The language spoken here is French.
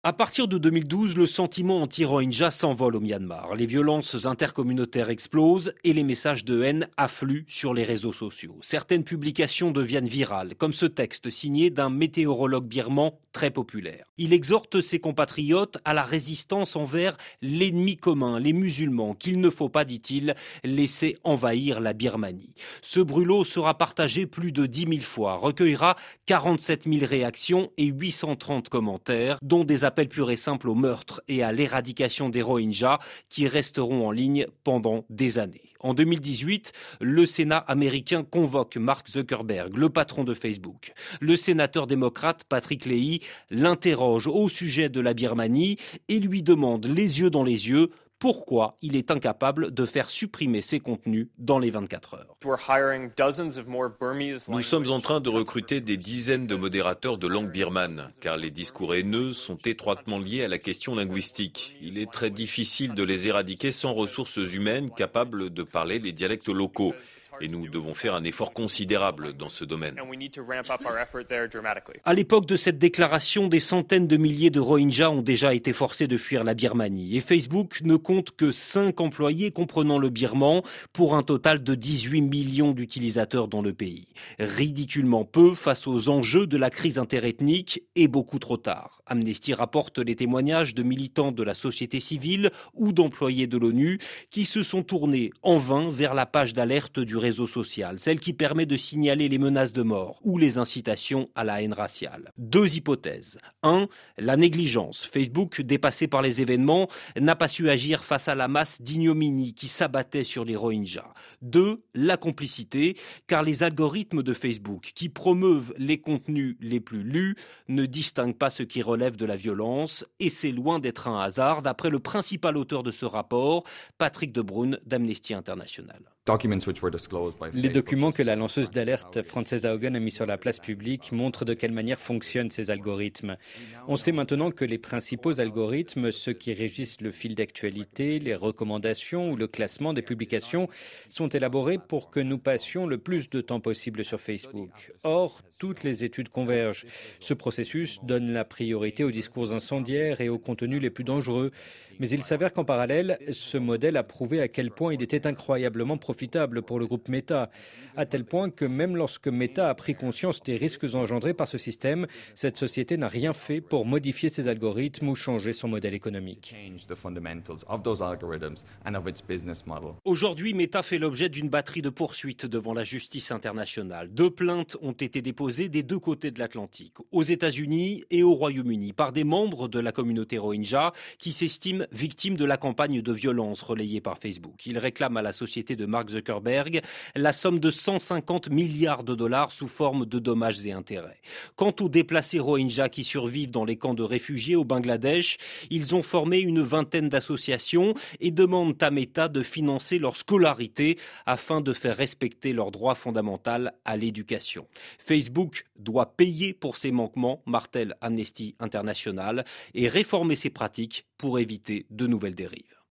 À partir de 2012, le sentiment anti-Rohingya s'envole au Myanmar. Les violences intercommunautaires explosent et les messages de haine affluent sur les réseaux sociaux. Certaines publications deviennent virales, comme ce texte signé d'un météorologue birman très populaire. Il exhorte ses compatriotes à la résistance envers l'ennemi commun, les musulmans, qu'il ne faut pas, dit-il, laisser envahir la Birmanie. Ce brûlot sera partagé plus de 10 000 fois, recueillera 47 000 réactions et 830 commentaires, dont des appel pur et simple au meurtre et à l'éradication des Rohingyas qui resteront en ligne pendant des années. En 2018, le Sénat américain convoque Mark Zuckerberg, le patron de Facebook. Le sénateur démocrate Patrick Leahy l'interroge au sujet de la Birmanie et lui demande les yeux dans les yeux pourquoi il est incapable de faire supprimer ses contenus dans les 24 heures. Nous sommes en train de recruter des dizaines de modérateurs de langue birmane, car les discours haineux sont étroitement liés à la question linguistique. Il est très difficile de les éradiquer sans ressources humaines capables de parler les dialectes locaux. Et nous devons faire un effort considérable dans ce domaine. À l'époque de cette déclaration, des centaines de milliers de Rohingyas ont déjà été forcés de fuir la Birmanie. Et Facebook ne compte que 5 employés comprenant le birman pour un total de 18 millions d'utilisateurs dans le pays. Ridiculement peu face aux enjeux de la crise interethnique et beaucoup trop tard. Amnesty rapporte les témoignages de militants de la société civile ou d'employés de l'ONU qui se sont tournés en vain vers la page d'alerte du réseau social, celle qui permet de signaler les menaces de mort ou les incitations à la haine raciale. 2 hypothèses. 1. La négligence. Facebook, dépassé par les événements, n'a pas su agir face à la masse d'ignominie qui s'abattait sur les Rohingyas. 2. La complicité, car les algorithmes de Facebook qui promeuvent les contenus les plus lus ne distinguent pas ce qui relève de la violence et c'est loin d'être un hasard, d'après le principal auteur de ce rapport, Patrick De Bruyn d'Amnesty International. Les documents que la lanceuse d'alerte Francesca Haugen a mis sur la place publique montrent de quelle manière fonctionnent ces algorithmes. On sait maintenant que les principaux algorithmes, ceux qui régissent le fil d'actualité, les recommandations ou le classement des publications, sont élaborés pour que nous passions le plus de temps possible sur Facebook. Or, toutes les études convergent. Ce processus donne la priorité aux discours incendiaires et aux contenus les plus dangereux. Mais il s'avère qu'en parallèle, ce modèle a prouvé à quel point il était incroyablement profitable pour le groupe Meta, à tel point que même lorsque Meta a pris conscience des risques engendrés par ce système, cette société n'a rien fait pour modifier ses algorithmes ou changer son modèle économique. Aujourd'hui, Meta fait l'objet d'une batterie de poursuites devant la justice internationale. 2 plaintes ont été déposées des 2 côtés de l'Atlantique, aux États-Unis et au Royaume-Uni, par des membres de la communauté Rohingya qui s'estiment victimes de la campagne de violence relayée par Facebook. Ils réclament à la société de Mark Zuckerberg la somme de 150 milliards de dollars sous forme de dommages et intérêts. Quant aux déplacés Rohingyas qui survivent dans les camps de réfugiés au Bangladesh, ils ont formé une vingtaine d'associations et demandent à Meta de financer leur scolarité afin de faire respecter leur droit fondamental à l'éducation. Facebook doit payer pour ses manquements, martèle Amnesty International, et réformer ses pratiques pour éviter de nouvelles dérives.